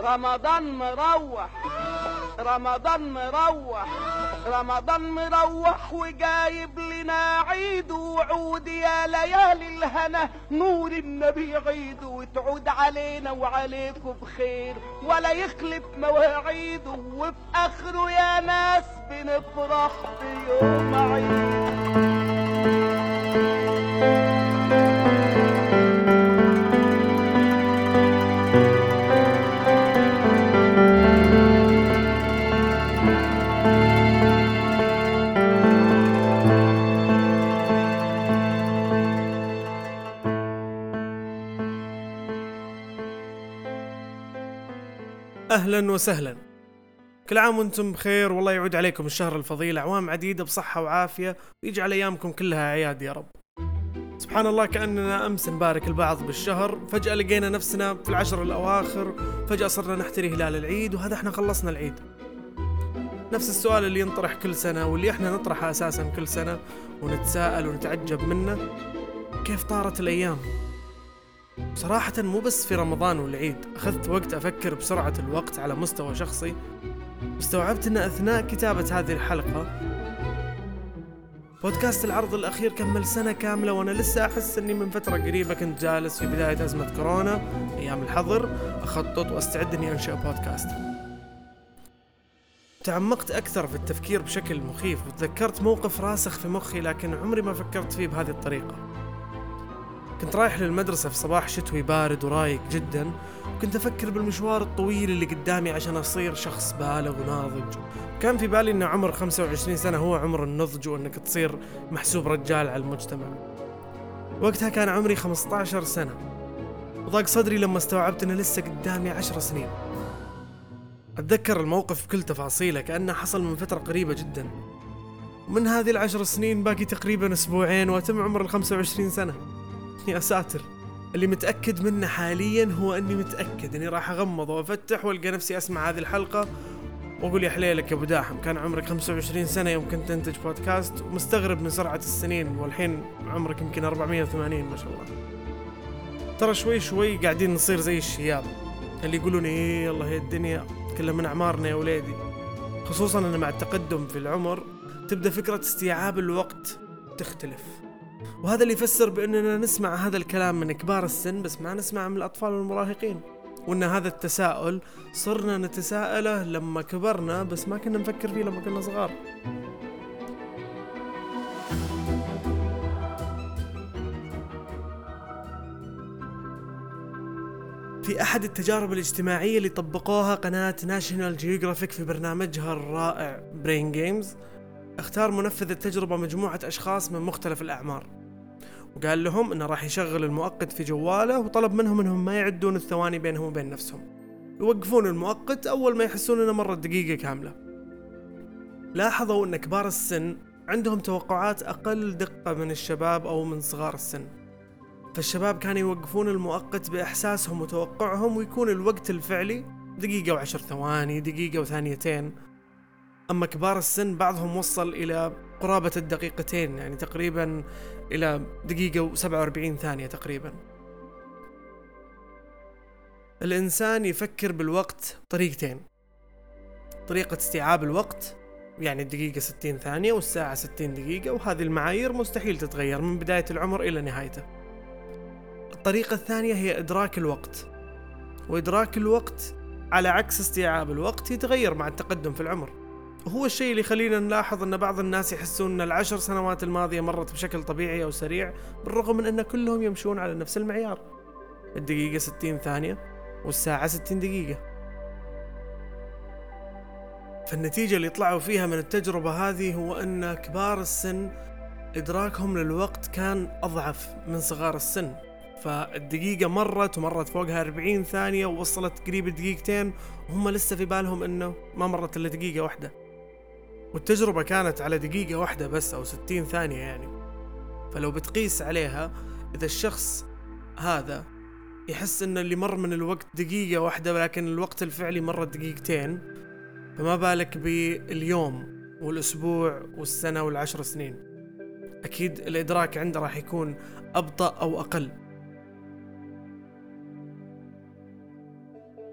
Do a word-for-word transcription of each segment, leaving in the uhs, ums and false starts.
رمضان مروح رمضان مروح رمضان مروح وجايب لنا عيد وعود يا ليالي الهنا نور النبي عيد وتعود علينا وعليكم بخير ولا يخلف مواعيده وفي اخره يا ناس بنفرح بيوم عيد. أهلا وسهلا، كل عام وانتم بخير، والله يعود عليكم الشهر الفضيل أعوام عديدة بصحة وعافية ويجعل أيامكم كلها عياد يا رب. سبحان الله، كأننا أمس نبارك البعض بالشهر، فجأة لقينا نفسنا في العشر الأواخر، فجأة صرنا نحتري هلال العيد وهذا احنا خلصنا العيد. نفس السؤال اللي ينطرح كل سنة واللي احنا نطرحه أساسا كل سنة ونتساءل ونتعجب منه، كيف طارت الأيام؟ صراحة مو بس في رمضان والعيد، أخذت وقت أفكر بسرعة الوقت على مستوى شخصي، واستوعبت أن أثناء كتابة هذه الحلقة بودكاست العرض الأخير كمل سنة كاملة وأنا لسه أحس أني من فترة قريبة كنت جالس في بداية أزمة كورونا أيام الحظر أخطط وأستعد أني أنشأ بودكاست. تعمقت أكثر في التفكير بشكل مخيف وتذكرت موقف راسخ في مخي لكن عمري ما فكرت فيه بهذه الطريقة. كنت رايح للمدرسة في صباح شتوي بارد ورايق جدا، وكنت أفكر بالمشوار الطويل اللي قدامي عشان أصير شخص بالغ وناضج. كان في بالي أن عمر خمسة وعشرين سنة هو عمر النضج وأنك تصير محسوب رجال على المجتمع. وقتها كان عمري خمسة عشر سنة، وضاق صدري لما استوعبت أن لسه قدامي عشر سنين. أتذكر الموقف بكل تفاصيله كأنه حصل من فترة قريبة جدا، ومن هذه العشر سنين باقي تقريبا أسبوعين وأتم عمر الخمسة وعشرين سنة. يا ساتر، اللي متأكد منه حاليا هو أني متأكد أني راح أغمض وأفتح وألقى نفسي أسمع هذه الحلقة وأقول يا حليلك يا أبو داحم، كان عمرك خمسة وعشرين سنة يوم كنت تنتج بودكاست، ومستغرب من سرعة السنين والحين عمرك يمكن أربعمية وثمانين ما شاء الله. ترى شوي شوي قاعدين نصير زي الشياب اللي يقولون إيه يلا هي الدنيا كلها من أعمارنا يا وليدي، خصوصا أن مع التقدم في العمر تبدأ فكرة استيعاب الوقت تختلف، وهذا اللي يفسر بأننا نسمع هذا الكلام من كبار السن بس ما نسمع من الأطفال والمراهقين، وأن هذا التساؤل صرنا نتساءله لما كبرنا بس ما كنا نفكر فيه لما كنا صغار. في أحد التجارب الاجتماعية اللي طبقوها قناة ناشيونال جيوغرافيك في برنامجها الرائع برين جيمز، اختار منفذ التجربة مجموعة أشخاص من مختلف الأعمار، وقال لهم إنه راح يشغل المؤقت في جواله، وطلب منهم إنهم ما يعدون الثواني بينهم وبين نفسهم، يوقفون المؤقت أول ما يحسون إنه مرت دقيقة كاملة. لاحظوا إن كبار السن عندهم توقعات أقل دقة من الشباب أو من صغار السن، فالشباب كانوا يوقفون المؤقت بإحساسهم وتوقعهم، ويكون الوقت الفعلي دقيقة وعشر ثواني، دقيقة وثانيتين. أما كبار السن بعضهم وصل إلى قرابة الدقيقتين، يعني تقريبا إلى دقيقة وسبعة وأربعين ثانية تقريبا. الإنسان يفكر بالوقت طريقتين: طريقة استيعاب الوقت، يعني الدقيقة ستين ثانية والساعة ستين دقيقة، وهذه المعايير مستحيل تتغير من بداية العمر إلى نهايته. الطريقة الثانية هي إدراك الوقت، وإدراك الوقت على عكس استيعاب الوقت يتغير مع التقدم في العمر، وهو الشيء اللي خلينا نلاحظ أن بعض الناس يحسون أن العشر سنوات الماضية مرت بشكل طبيعي أو سريع، بالرغم من أن كلهم يمشون على نفس المعيار، الدقيقة ستين ثانية والساعة ستين دقيقة. فالنتيجة اللي طلعوا فيها من التجربة هذه هو أن كبار السن إدراكهم للوقت كان أضعف من صغار السن، فالدقيقة مرت ومرت فوقها أربعين ثانية ووصلت قريب دقيقتين وهم لسه في بالهم أنه ما مرت إلا دقيقة واحدة، والتجربة كانت على دقيقة واحدة بس أو ستين ثانية يعني. فلو بتقيس عليها، إذا الشخص هذا يحس أن اللي مر من الوقت دقيقة واحدة ولكن الوقت الفعلي مر دقيقتين، فما بالك باليوم والأسبوع والسنة والعشر سنين؟ أكيد الإدراك عنده راح يكون أبطأ أو أقل.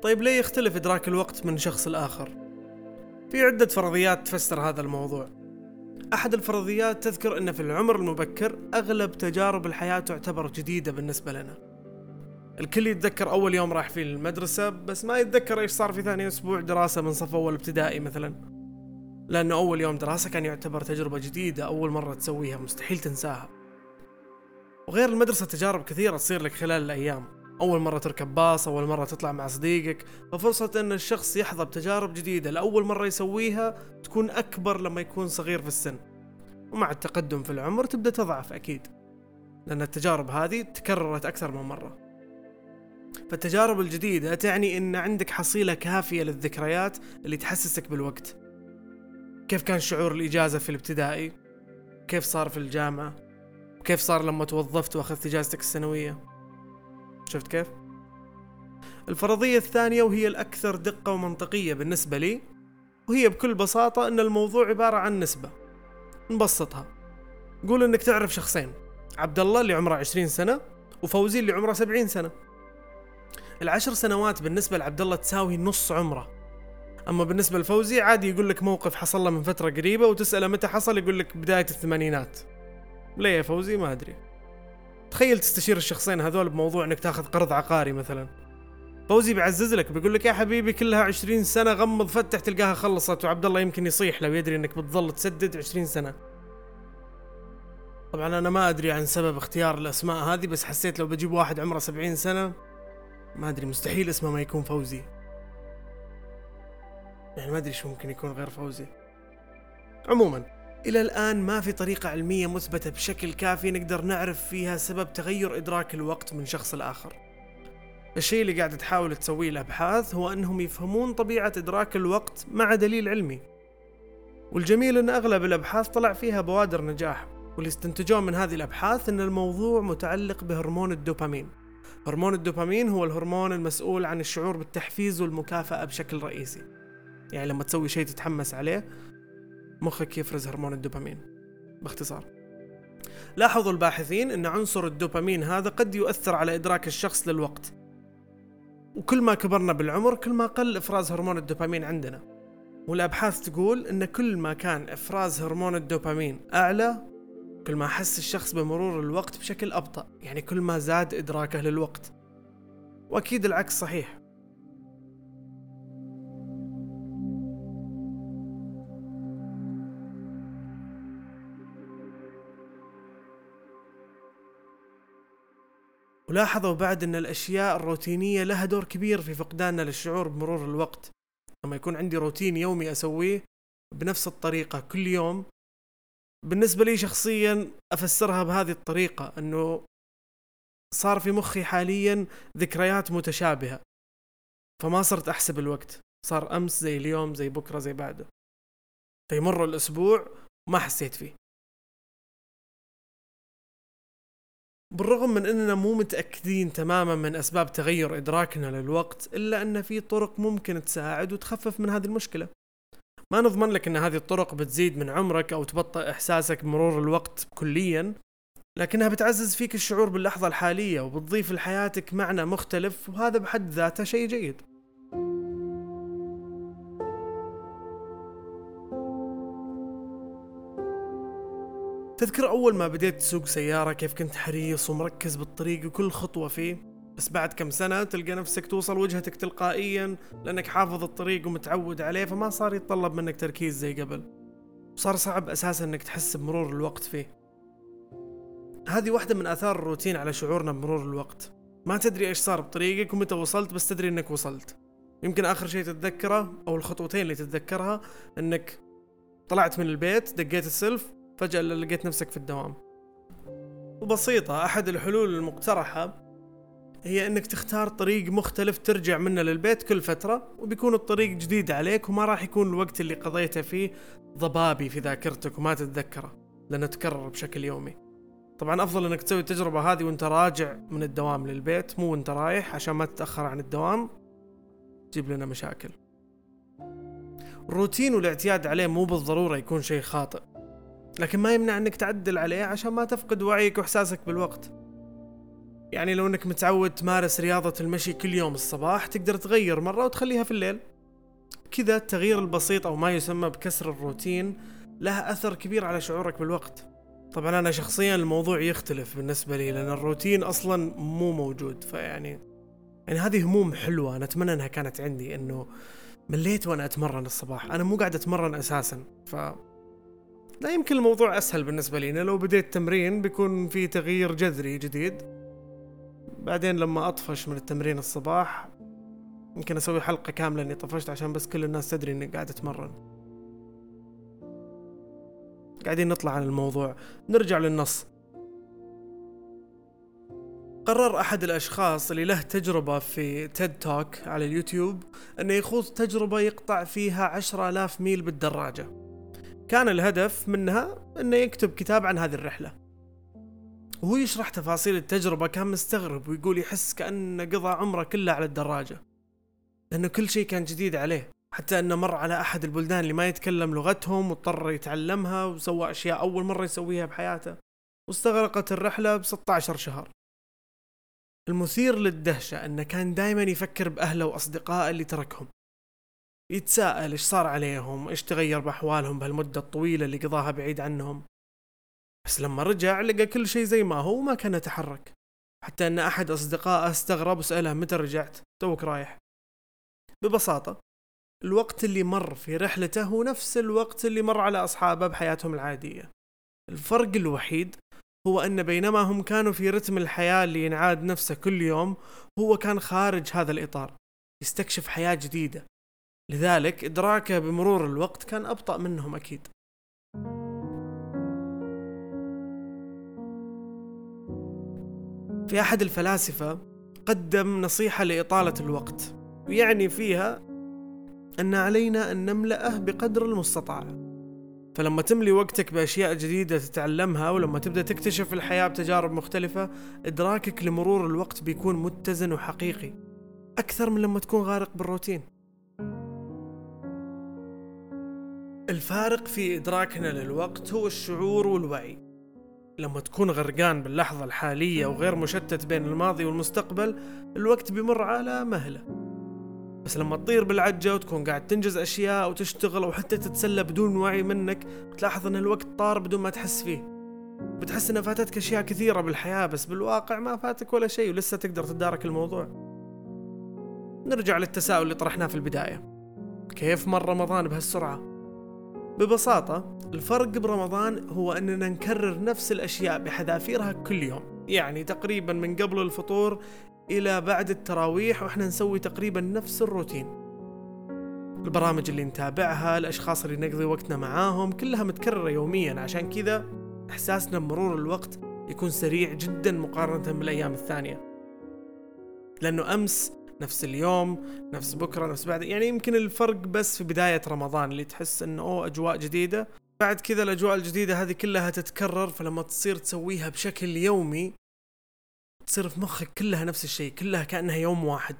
طيب ليه يختلف إدراك الوقت من شخص لآخر؟ في عدة فرضيات تفسر هذا الموضوع. أحد الفرضيات تذكر أن في العمر المبكر أغلب تجارب الحياة تعتبر جديدة بالنسبة لنا. الكل يتذكر أول يوم راح فيه المدرسة، بس ما يتذكر إيش صار في ثاني أسبوع دراسة من صف أول ابتدائي مثلا، لأنه أول يوم دراسة كان يعتبر تجربة جديدة أول مرة تسويها مستحيل تنساها. وغير المدرسة تجارب كثيرة تصير لك خلال الأيام، أول مرة تركب باص، أول مرة تطلع مع صديقك، ففرصة أن الشخص يحظى بتجارب جديدة لأول مرة يسويها تكون أكبر لما يكون صغير في السن. ومع التقدم في العمر تبدأ تضعف أكيد، لأن التجارب هذه تكررت أكثر من مرة. فالتجارب الجديدة تعني أن عندك حصيلة كافية للذكريات اللي تحسسك بالوقت. كيف كان شعور الإجازة في الابتدائي؟ كيف صار في الجامعة؟ وكيف صار لما توظفت وأخذت إجازتك السنوية؟ شفت كيف؟ الفرضية الثانية وهي الأكثر دقة ومنطقية بالنسبة لي، وهي بكل بساطة أن الموضوع عبارة عن نسبة. نبسطها، قول أنك تعرف شخصين، عبد الله اللي عمره عشرين سنة وفوزي اللي عمره سبعين سنة. العشر سنوات بالنسبة لعبد الله تساوي نص عمره، أما بالنسبة لفوزي عادي يقول لك موقف حصل له من فترة قريبة وتسأله متى حصل يقول لك بداية الثمانينات. ليه يا فوزي؟ ما أدري. تخيل تستشير الشخصين هذول بموضوع أنك تاخذ قرض عقاري مثلا، فوزي بيعزز لك بيقول لك يا حبيبي كلها عشرين سنة، غمض فتح تلقاها خلصت، وعبد الله يمكن يصيح لو يدري أنك بتظل تسدد عشرين سنة. طبعا أنا ما أدري عن سبب اختيار الأسماء هذه، بس حسيت لو بجيب واحد عمره سبعين سنة ما أدري مستحيل اسمه ما يكون فوزي، يعني ما أدري شو ممكن يكون غير فوزي. عموما إلى الآن ما في طريقة علمية مثبتة بشكل كافي نقدر نعرف فيها سبب تغير إدراك الوقت من شخص لآخر. الشيء اللي قاعدة تحاول تسويه الأبحاث هو أنهم يفهمون طبيعة إدراك الوقت مع دليل علمي، والجميل أن أغلب الأبحاث طلع فيها بوادر نجاح، واللي استنتجوه من هذه الأبحاث أن الموضوع متعلق بهرمون الدوبامين. هرمون الدوبامين هو الهرمون المسؤول عن الشعور بالتحفيز والمكافأة بشكل رئيسي، يعني لما تسوي شيء تتحمس عليه مخك يفرز هرمون الدوبامين. باختصار، لاحظوا الباحثين أن عنصر الدوبامين هذا قد يؤثر على إدراك الشخص للوقت، وكل ما كبرنا بالعمر كل ما قل إفراز هرمون الدوبامين عندنا. والأبحاث تقول أن كل ما كان إفراز هرمون الدوبامين أعلى كل ما حس الشخص بمرور الوقت بشكل أبطأ، يعني كل ما زاد إدراكه للوقت. وأكيد العكس صحيح. ولاحظوا بعد أن الأشياء الروتينية لها دور كبير في فقداننا للشعور بمرور الوقت. لما يكون عندي روتين يومي أسويه بنفس الطريقة كل يوم، بالنسبة لي شخصيا أفسرها بهذه الطريقة، أنه صار في مخي حاليا ذكريات متشابهة، فما صرت أحسب الوقت، صار أمس زي اليوم زي بكرة زي بعده، فيمر الأسبوع وما حسيت فيه. بالرغم من أننا مو متأكدين تماما من أسباب تغير إدراكنا للوقت، إلا أن في طرق ممكن تساعد وتخفف من هذه المشكلة. ما نضمن لك أن هذه الطرق بتزيد من عمرك أو تبطئ إحساسك بمرور الوقت كليا، لكنها بتعزز فيك الشعور باللحظة الحالية وبتضيف لحياتك معنى مختلف، وهذا بحد ذاته شيء جيد. تذكر أول ما بديت تسوق سيارة كيف كنت حريص ومركز بالطريق وكل خطوة فيه، بس بعد كم سنة تلقى نفسك توصل وجهتك تلقائيا لأنك حافظ الطريق ومتعود عليه، فما صار يتطلب منك تركيز زي قبل، وصار صعب أساسا أنك تحس بمرور الوقت فيه. هذه واحدة من آثار الروتين على شعورنا بمرور الوقت. ما تدري إيش صار بطريقك ومتى وصلت، بس تدري أنك وصلت. يمكن آخر شيء تتذكره أو الخطوتين اللي تتذكرها أنك طلعت من البيت، دقيت السلف، فجأة لقيت نفسك في الدوام. وبسيطة، أحد الحلول المقترحة هي أنك تختار طريق مختلف ترجع منه للبيت كل فترة، وبيكون الطريق جديد عليك وما راح يكون الوقت اللي قضيته فيه ضبابي في ذاكرتك وما تتذكره لأنه تكرر بشكل يومي. طبعا أفضل أنك تسوي التجربة هذه وانت راجع من الدوام للبيت، مو وانت رايح، عشان ما تتأخر عن الدوام تجيب لنا مشاكل. الروتين والاعتياد عليه مو بالضرورة يكون شيء خاطئ، لكن ما يمنع أنك تعدل عليه عشان ما تفقد وعيك وإحساسك بالوقت. يعني لو انك متعود تمارس رياضة المشي كل يوم الصباح، تقدر تغير مرة وتخليها في الليل. كذا التغيير البسيط او ما يسمى بكسر الروتين له اثر كبير على شعورك بالوقت. طبعا انا شخصيا الموضوع يختلف بالنسبة لي، لان الروتين اصلا مو موجود. فيعني يعني هذه هموم حلوة انا اتمنى انها كانت عندي، انه مليت وانا اتمرن الصباح، انا مو قاعد اتمرن اساسا. ف لا يمكن الموضوع اسهل بالنسبة لي، لو بديت تمرين بيكون في تغيير جذري جديد. بعدين لما اطفش من التمرين الصباح يمكن اسوي حلقة كاملة اني طفشت، عشان بس كل الناس تدري اني قاعد اتمرن. قاعدين نطلع عن الموضوع، نرجع للنص. قرر احد الاشخاص اللي له تجربة في تيد توك على اليوتيوب انه يخوض تجربة يقطع فيها عشرة آلاف ميل بالدراجة. كان الهدف منها انه يكتب كتاب عن هذه الرحلة، وهو يشرح تفاصيل التجربة كان مستغرب ويقول يحس كأنه قضى عمره كله على الدراجة، لأنه كل شيء كان جديد عليه. حتى أنه مر على أحد البلدان اللي ما يتكلم لغتهم واضطر يتعلمها، وسوى أشياء أول مرة يسويها بحياته، واستغرقت الرحلة بستة عشر شهر. المثير للدهشة أنه كان دايما يفكر بأهله وأصدقائه اللي تركهم، يتساءل إيش صار عليهم، إيش تغير بأحوالهم بهالمدة الطويلة اللي قضاها بعيد عنهم. بس لما رجع لقى كل شيء زي ما هو، وما كان يتحرك. حتى أن أحد أصدقائه استغرب وسأله متى رجعت؟ توك رايح. ببساطة الوقت اللي مر في رحلته هو نفس الوقت اللي مر على أصحابه بحياتهم العادية. الفرق الوحيد هو أن بينما هم كانوا في رتم الحياة اللي ينعاد نفسه كل يوم، هو كان خارج هذا الإطار يستكشف حياة جديدة. لذلك إدراكه بمرور الوقت كان أبطأ منهم أكيد. في أحد الفلاسفة قدم نصيحة لإطالة الوقت، ويعني فيها أن علينا أن نملأه بقدر المستطاع. فلما تملي وقتك بأشياء جديدة تتعلمها، ولما تبدأ تكتشف الحياة بتجارب مختلفة، إدراكك لمرور الوقت بيكون متزن وحقيقي أكثر من لما تكون غارق بالروتين. الفارق في إدراكنا للوقت هو الشعور والوعي. لما تكون غرقان باللحظة الحالية وغير مشتت بين الماضي والمستقبل، الوقت بيمر على مهلة. بس لما تطير بالعجة وتكون قاعد تنجز أشياء وتشتغل أو حتى تتسلى بدون وعي منك، بتلاحظ أن الوقت طار بدون ما تحس فيه. بتحس أن فاتتك أشياء كثيرة بالحياة، بس بالواقع ما فاتك ولا شيء، ولسه تقدر تدارك الموضوع. نرجع للتساؤل اللي طرحناه في البداية، كيف مر رمضان بهالسرعة؟ ببساطة الفرق برمضان هو أننا نكرر نفس الأشياء بحذافيرها كل يوم. يعني تقريبا من قبل الفطور إلى بعد التراويح وإحنا نسوي تقريبا نفس الروتين. البرامج اللي نتابعها، الأشخاص اللي نقضي وقتنا معاهم، كلها متكررة يوميا. عشان كذا إحساسنا بمرور الوقت يكون سريع جدا مقارنة بالأيام الثانية، لأنه أمس نفس اليوم، نفس بكرة، نفس بعد. يعني يمكن الفرق بس في بداية رمضان اللي تحس أنه أوه أجواء جديدة. بعد كذا الأجواء الجديدة هذه كلها تتكرر، فلما تصير تسويها بشكل يومي تصير في مخك كلها نفس الشيء، كلها كأنها يوم واحد.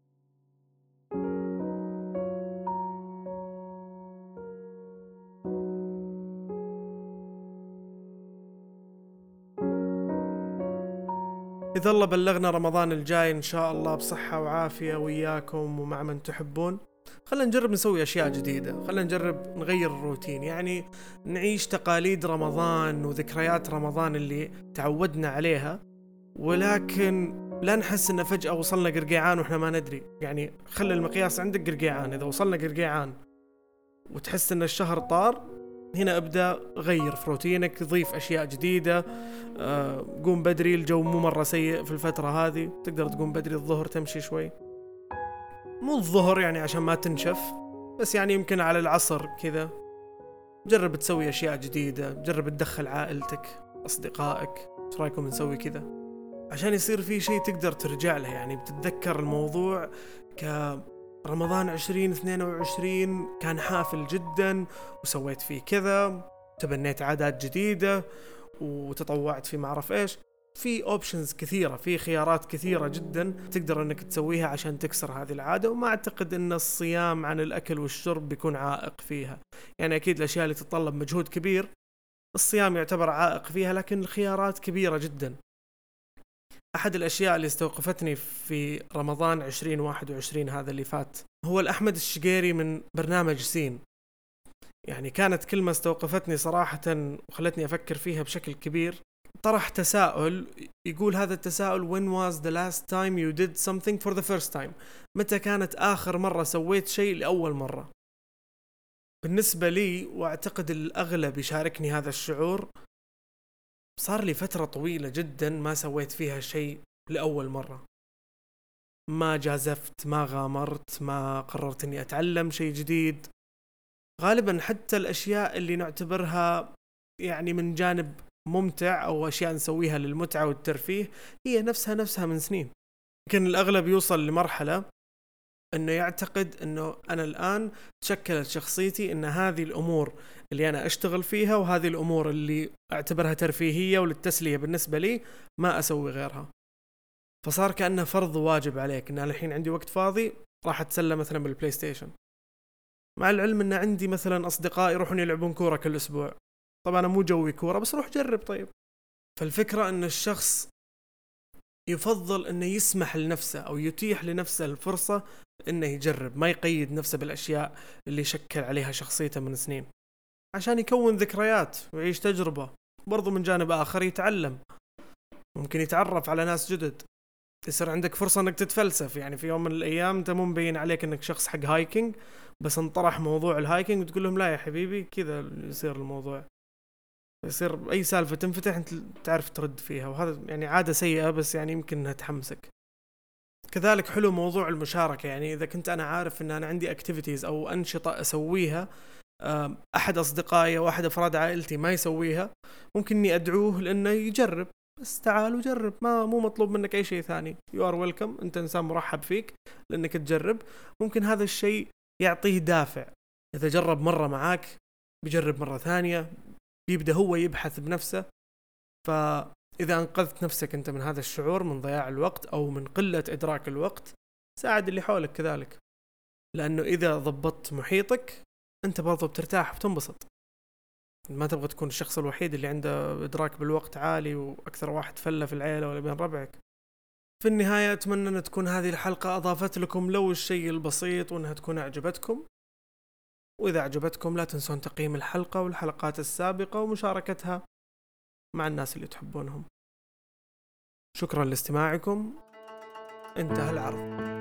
إذا الله بلغنا رمضان الجاي إن شاء الله بصحة وعافية وياكم ومع من تحبون، خلنا نجرب نسوي أشياء جديدة، خلنا نجرب نغير الروتين. يعني نعيش تقاليد رمضان وذكريات رمضان اللي تعودنا عليها، ولكن لا نحس إن فجأة وصلنا قرقيعان وإحنا ما ندري. يعني خلي المقياس عندك قرقيعان. إذا وصلنا قرقيعان وتحس إن الشهر طار، هنا ابدأ غير في روتينك، ضيف أشياء جديدة. آه، قوم بدري، الجو مو مرة سيء في الفترة هذه، تقدر تقوم بدري الظهر تمشي شوي، مو الظهر يعني عشان ما تنشف، بس يعني يمكن على العصر كذا. جرب تسوي أشياء جديدة، جرب تدخل عائلتك، أصدقائك. ايش رايكم نسوي كذا عشان يصير في شيء تقدر ترجع له؟ يعني بتتذكر الموضوع كرمضان عشرين اثنين وعشرين كان حافل جدا وسويت فيه كذا، تبنيت عادات جديدة وتطوعت في معرف ايش. في اوبشنز كثيرة، في خيارات كثيرة جدا تقدر انك تسويها عشان تكسر هذه العادة. وما اعتقد ان الصيام عن الاكل والشرب بيكون عائق فيها. يعني اكيد الاشياء اللي تتطلب مجهود كبير الصيام يعتبر عائق فيها، لكن الخيارات كبيرة جدا. أحد الأشياء اللي استوقفتني في رمضان عشرين واحد وعشرين هذا اللي فات هو الأحمد الشقيري من برنامج سين. يعني كانت كلمة استوقفتني صراحة وخلتني أفكر فيها بشكل كبير. طرح تساؤل يقول هذا التساؤل: When was the last time you did something for the first time؟ متى كانت آخر مرة سويت شيء لأول مرة؟ بالنسبة لي، وأعتقد الأغلب يشاركني هذا الشعور، صار لي فترة طويلة جدا ما سويت فيها شيء لأول مرة. ما جازفت، ما غامرت، ما قررت أني أتعلم شيء جديد. غالبا حتى الأشياء اللي نعتبرها يعني من جانب ممتع أو أشياء نسويها للمتعة والترفيه هي نفسها نفسها من سنين. يمكن الأغلب يوصل لمرحلة أنه يعتقد أنه أنا الآن تشكلت شخصيتي أن هذه الأمور اللي أنا أشتغل فيها وهذه الأمور اللي أعتبرها ترفيهية وللتسلية بالنسبة لي ما أسوي غيرها. فصار كأنه فرض واجب عليك أن أنا الحين عندي وقت فاضي راح أتسلى مثلا بالبلاي ستيشن، مع العلم أن عندي مثلا أصدقاء يروحون يلعبون كورة كل أسبوع. طبعا أنا مو جوي كورة، بس روح جرب. طيب، فالفكرة أن الشخص يفضل أنه يسمح لنفسه أو يتيح لنفسه الفرصة أنه يجرب، ما يقيد نفسه بالأشياء اللي شكل عليها شخصيته من سنين، عشان يكون ذكريات ويعيش تجربة. برضو من جانب آخر يتعلم، ممكن يتعرف على ناس جدد، يصير عندك فرصة أنك تتفلسف. يعني في يوم من الأيام أنت مو مبين عليك أنك شخص حق هايكينج، بس انطرح موضوع الهايكينج وتقول لهم لا يا حبيبي كذا يصير الموضوع، يصير أي سالفة تنفتح أنت تعرف ترد فيها. وهذا يعني عادة سيئة، بس يعني يمكن أنها تحمسك. كذلك حلو موضوع المشاركة. يعني إذا كنت أنا عارف أن أنا عندي أكتيفيتيز أو أنشطة أسويها أحد أصدقائي أو أحد أفراد عائلتي ما يسويها، ممكن إني أدعوه لأنه يجرب. بس تعال وجرب، ما مو مطلوب منك أي شيء ثاني. you are welcome، أنت إنسان مرحب فيك لأنك تجرب. ممكن هذا الشيء يعطيه دافع، إذا جرب مرة معاك بيجرب مرة ثانية، بيبدأ هو يبحث بنفسه. فإذا أنقذت نفسك أنت من هذا الشعور من ضياع الوقت أو من قلة إدراك الوقت، ساعد اللي حولك كذلك. لأنه إذا ضبطت محيطك أنت برضو بترتاح وبتنبسط. ما تبغى تكون الشخص الوحيد اللي عنده إدراك بالوقت عالي وأكثر واحد فلة في العيلة ولا بين ربعك. في النهاية أتمنى أن تكون هذه الحلقة أضافت لكم لو الشيء البسيط، وأنها تكون أعجبتكم. وإذا أعجبتكم لا تنسون تقييم الحلقة والحلقات السابقة ومشاركتها مع الناس اللي تحبونهم. شكرا لاستماعكم، انتهى العرض.